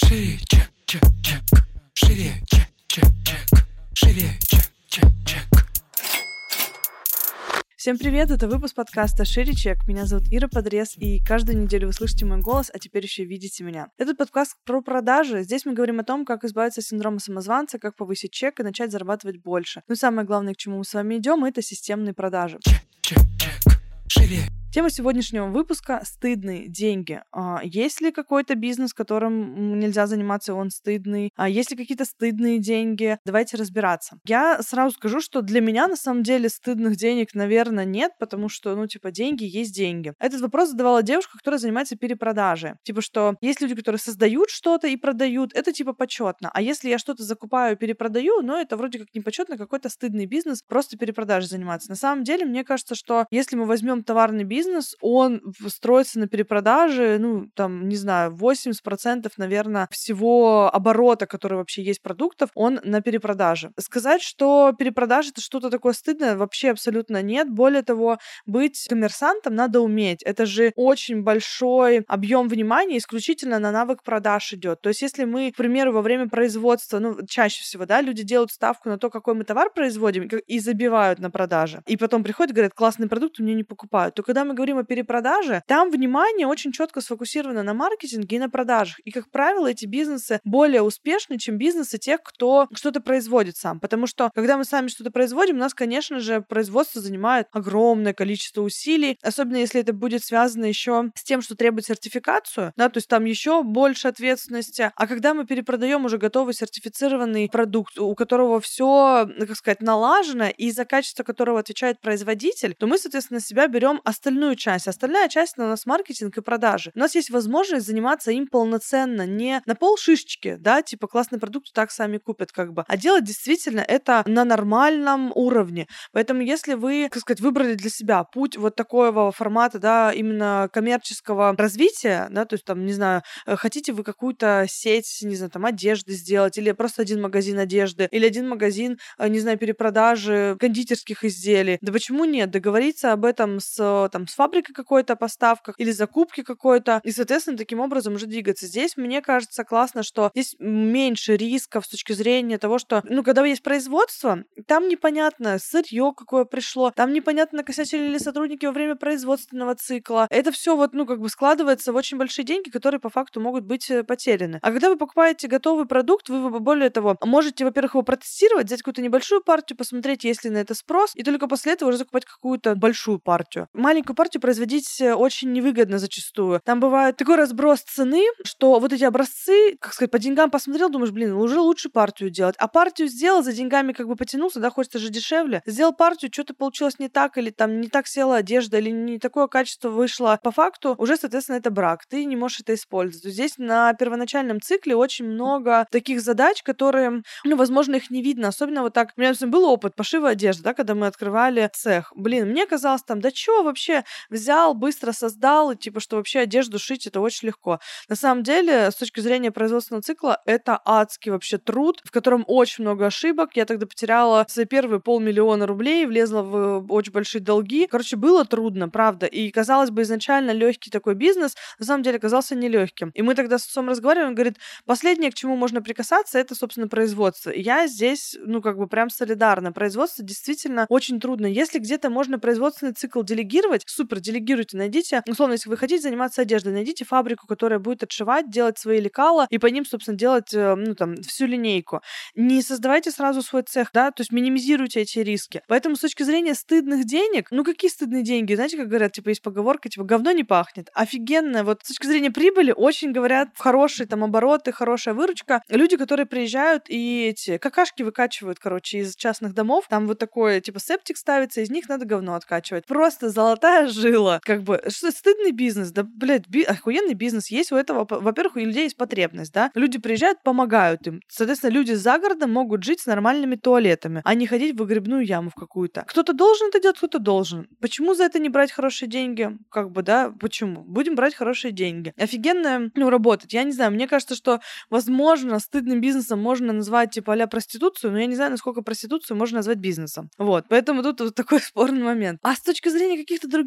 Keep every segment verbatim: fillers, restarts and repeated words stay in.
Шире, чек, чек, чек. Шире, чек, чек, чек. Шире, чек, чек, чек. Всем привет, это выпуск подкаста «Шире чек». Меня зовут Ира Подрез, и каждую неделю вы слышите мой голос, а теперь еще и видите меня. Этот подкаст про продажи. Здесь мы говорим о том, как избавиться от синдрома самозванца, как повысить чек и начать зарабатывать больше. Ну и самое главное, к чему мы с вами идем, это системные продажи. Чек, чек, чек. Шире. Тема сегодняшнего выпуска — стыдные деньги. А есть ли какой-то бизнес, которым нельзя заниматься, он стыдный? А есть ли какие-то стыдные деньги? Давайте разбираться. Я сразу скажу, что для меня на самом деле стыдных денег, наверное, нет, потому что, ну, типа, деньги есть деньги. Этот вопрос задавала девушка, которая занимается перепродажей. Типа, что есть люди, которые создают что-то и продают, это типа почетно. А если я что-то закупаю и перепродаю, ну, это вроде как не почетно, какой-то стыдный бизнес, просто перепродажей заниматься. На самом деле, мне кажется, что если мы возьмем товарный бизнес, он строится на перепродаже, ну, там, не знаю, восемьдесят процентов, наверное, всего оборота, который вообще есть продуктов, он на перепродаже. Сказать, что перепродажа — это что-то такое стыдное, вообще абсолютно нет. Более того, быть коммерсантом надо уметь. Это же очень большой объем внимания исключительно на навык продаж идет. То есть, если мы, к примеру, во время производства, ну, чаще всего, да, люди делают ставку на то, какой мы товар производим, и забивают на продаже. И потом приходят и говорят: классный продукт, у меня не покупают. То когда мы говорим о перепродаже, там внимание очень четко сфокусировано на маркетинге и на продажах. И, как правило, эти бизнесы более успешны, чем бизнесы тех, кто что-то производит сам. Потому что, когда мы сами что-то производим, у нас, конечно же, производство занимает огромное количество усилий, особенно если это будет связано еще с тем, что требует сертификацию, да, то есть там еще больше ответственности. А когда мы перепродаем уже готовый сертифицированный продукт, у которого все, как сказать, налажено, и за качество которого отвечает производитель, то мы, соответственно, на себя берем остальную часть. Остальная часть — у нас маркетинг и продажи. У нас есть возможность заниматься им полноценно, не на полшишечки, да, типа классный продукт так сами купят, как бы, а делать действительно это на нормальном уровне. Поэтому если вы, как сказать, выбрали для себя путь вот такого формата, да, именно коммерческого развития, да, то есть там, не знаю, хотите вы какую-то сеть, не знаю, там, одежды сделать, или просто один магазин одежды, или один магазин, не знаю, перепродажи кондитерских изделий, да почему нет? Договориться об этом с, там, с фабрикой какой-то о поставках или закупки какой-то, и, соответственно, таким образом уже двигаться. Здесь, мне кажется, классно, что здесь меньше рисков с точки зрения того, что, ну, когда есть производство, там непонятно сырье какое пришло, там непонятно, накосячили ли сотрудники во время производственного цикла. Это все вот, ну, как бы складывается в очень большие деньги, которые по факту могут быть потеряны. А когда вы покупаете готовый продукт, вы, более того, можете, во-первых, его протестировать, взять какую-то небольшую партию, посмотреть, есть ли на это спрос, и только после этого уже закупать какую-то большую партию. Маленькую партию производить очень невыгодно зачастую. Там бывает такой разброс цены, что вот эти образцы, как сказать, по деньгам посмотрел, думаешь, блин, уже лучше партию делать. А партию сделал, за деньгами как бы потянулся, да, хочется же дешевле. Сделал партию, что-то получилось не так, или там не так села одежда, или не такое качество вышло. По факту уже, соответственно, это брак. Ты не можешь это использовать. Здесь на первоначальном цикле очень много таких задач, которые, ну, возможно, их не видно. Особенно вот так. У меня, например, был опыт пошива одежды, да, когда мы открывали цех. Блин, мне казалось там, да чё вообще, взял, быстро создал, и типа, что вообще одежду шить это очень легко. На самом деле, с точки зрения производственного цикла, это адский вообще труд, в котором очень много ошибок. Я тогда потеряла свои первые полмиллиона рублей, влезла в очень большие долги. Короче, было трудно, правда. И, казалось бы, изначально легкий такой бизнес, на самом деле казался нелегким. И мы тогда с отцом разговаривали, он говорит, последнее, к чему можно прикасаться, это, собственно, производство. И я здесь, ну, как бы прям солидарна. Производство действительно очень трудно. Если где-то можно производственный цикл делегировать, супер, делегируйте, найдите, условно, если вы хотите заниматься одеждой, найдите фабрику, которая будет отшивать, делать свои лекала, и по ним, собственно, делать, ну, там, всю линейку. Не создавайте сразу свой цех, да, то есть минимизируйте эти риски. Поэтому с точки зрения стыдных денег, ну, какие стыдные деньги? Знаете, как говорят, типа, есть поговорка, типа, говно не пахнет. Офигенно. Вот с точки зрения прибыли очень говорят хорошие там обороты, хорошая выручка. Люди, которые приезжают и эти какашки выкачивают, короче, из частных домов, там вот такой, типа, септик ставится, из них надо говно откачивать. Просто золотая жила. Как бы, что стыдный бизнес? Да, блядь, би- охуенный бизнес. Есть у этого, во-первых, у людей есть потребность, да? Люди приезжают, помогают им. Соответственно, люди за городом могут жить с нормальными туалетами, а не ходить в выгребную яму в какую-то. Кто-то должен это делать, кто-то должен. Почему за это не брать хорошие деньги? Как бы, да, почему? Будем брать хорошие деньги. Офигенно, ну, работать. Я не знаю, мне кажется, что, возможно, стыдным бизнесом можно назвать, типа, а-ля проституцию, но я не знаю, насколько проституцию можно назвать бизнесом. Вот, поэтому тут вот такой спорный момент. А с точки зрения каких-то других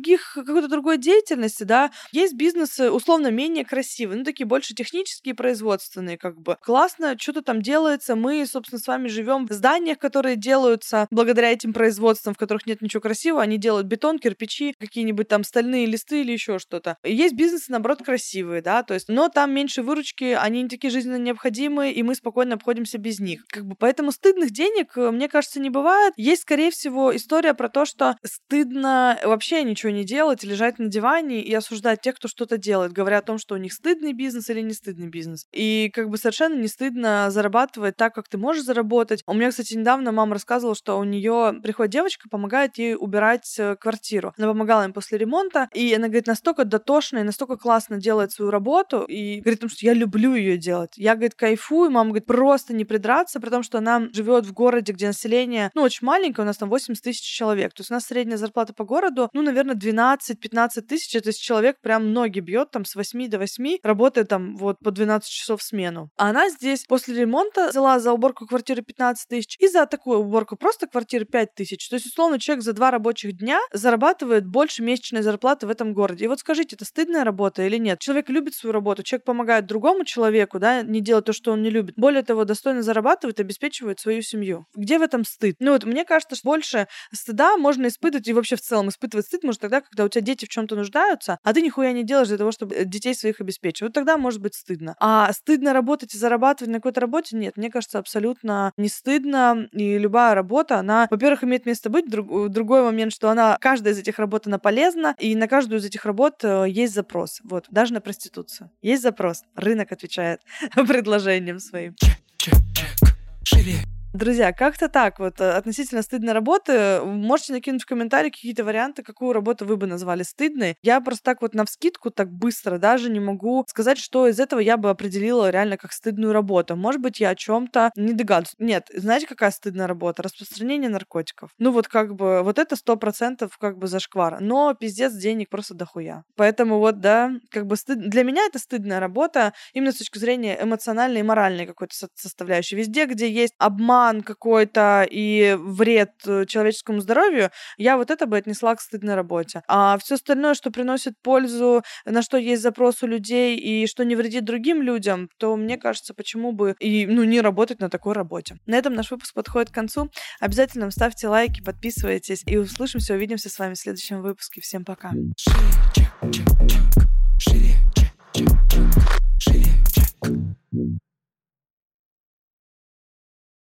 других, какой-то другой деятельности, да, есть бизнесы условно менее красивые, ну, такие больше технические, производственные, как бы. Классно, что-то там делается. Мы, собственно, с вами живем в зданиях, которые делаются благодаря этим производствам, в которых нет ничего красивого. Они делают бетон, кирпичи, какие-нибудь там стальные листы или еще что-то. Есть бизнесы, наоборот, красивые, да, то есть, но там меньше выручки, они не такие жизненно необходимые, и мы спокойно обходимся без них. Как бы, поэтому стыдных денег, мне кажется, не бывает. Есть, скорее всего, история про то, что стыдно вообще ничего не делать, лежать на диване и осуждать тех, кто что-то делает, говоря о том, что у них стыдный бизнес или не стыдный бизнес. И как бы совершенно не стыдно зарабатывать так, как ты можешь заработать. У меня, кстати, недавно мама рассказывала, что у нее приходит девочка, помогает ей убирать квартиру. Она помогала им после ремонта, и она, говорит, настолько дотошно и настолько классно делает свою работу, и говорит, потому что я люблю ее делать. Я, говорит, кайфую, мама говорит, просто не придраться, потому что она живет в городе, где население, ну, очень маленькое, у нас там восемьдесят тысяч человек. То есть у нас средняя зарплата по городу, ну, наверное, двенадцать-пятнадцать тысяч. То есть человек прям ноги бьет там с восьми до восьми, работает там вот по двенадцать часов в смену. А она здесь после ремонта взяла за уборку квартиры пятнадцать тысяч и за такую уборку просто квартиры пять тысяч. То есть, условно, человек за два рабочих дня зарабатывает больше месячной зарплаты в этом городе. И вот скажите, это стыдная работа или нет? Человек любит свою работу, человек помогает другому человеку, да, не делать то, что он не любит. Более того, достойно зарабатывает, обеспечивает свою семью. Где в этом стыд? Ну вот мне кажется, что больше стыда можно испытывать, и вообще в целом испытывать стыд может тогда, когда у тебя дети в чем-то нуждаются, а ты нихуя не делаешь для того, чтобы детей своих обеспечить. Вот тогда может быть стыдно. А стыдно работать и зарабатывать на какой-то работе? Нет, мне кажется, абсолютно не стыдно. И любая работа, она, во-первых, имеет место быть. Друг, другой момент, что она, каждая из этих работ, она полезна, и на каждую из этих работ есть запрос. Вот, даже на проституцию. Есть запрос. Рынок отвечает предложением своим. Чек, чек, шире. Друзья, как-то так вот относительно стыдной работы. Можете накинуть в комментарии какие-то варианты, какую работу вы бы назвали стыдной. Я просто так вот навскидку, так быстро даже не могу сказать, что из этого я бы определила реально как стыдную работу. Может быть, я о чем-то не догадываюсь. Нет, знаете, какая стыдная работа? Распространение наркотиков. Ну вот как бы, вот это сто процентов как бы зашквар. Но пиздец, денег просто дохуя. Поэтому вот, да, как бы стыд... для меня это стыдная работа именно с точки зрения эмоциональной и моральной какой-то составляющей. Везде, где есть обман какой-то и вред человеческому здоровью, я вот это бы отнесла к стыдной работе. А все остальное, что приносит пользу, на что есть запрос у людей и что не вредит другим людям, то мне кажется, почему бы и ну, не работать на такой работе. На этом наш выпуск подходит к концу. Обязательно ставьте лайки, подписывайтесь и услышимся, увидимся с вами в следующем выпуске. Всем пока. Шире, чек, чек, чек. Шире, чек, чек, шире, чек.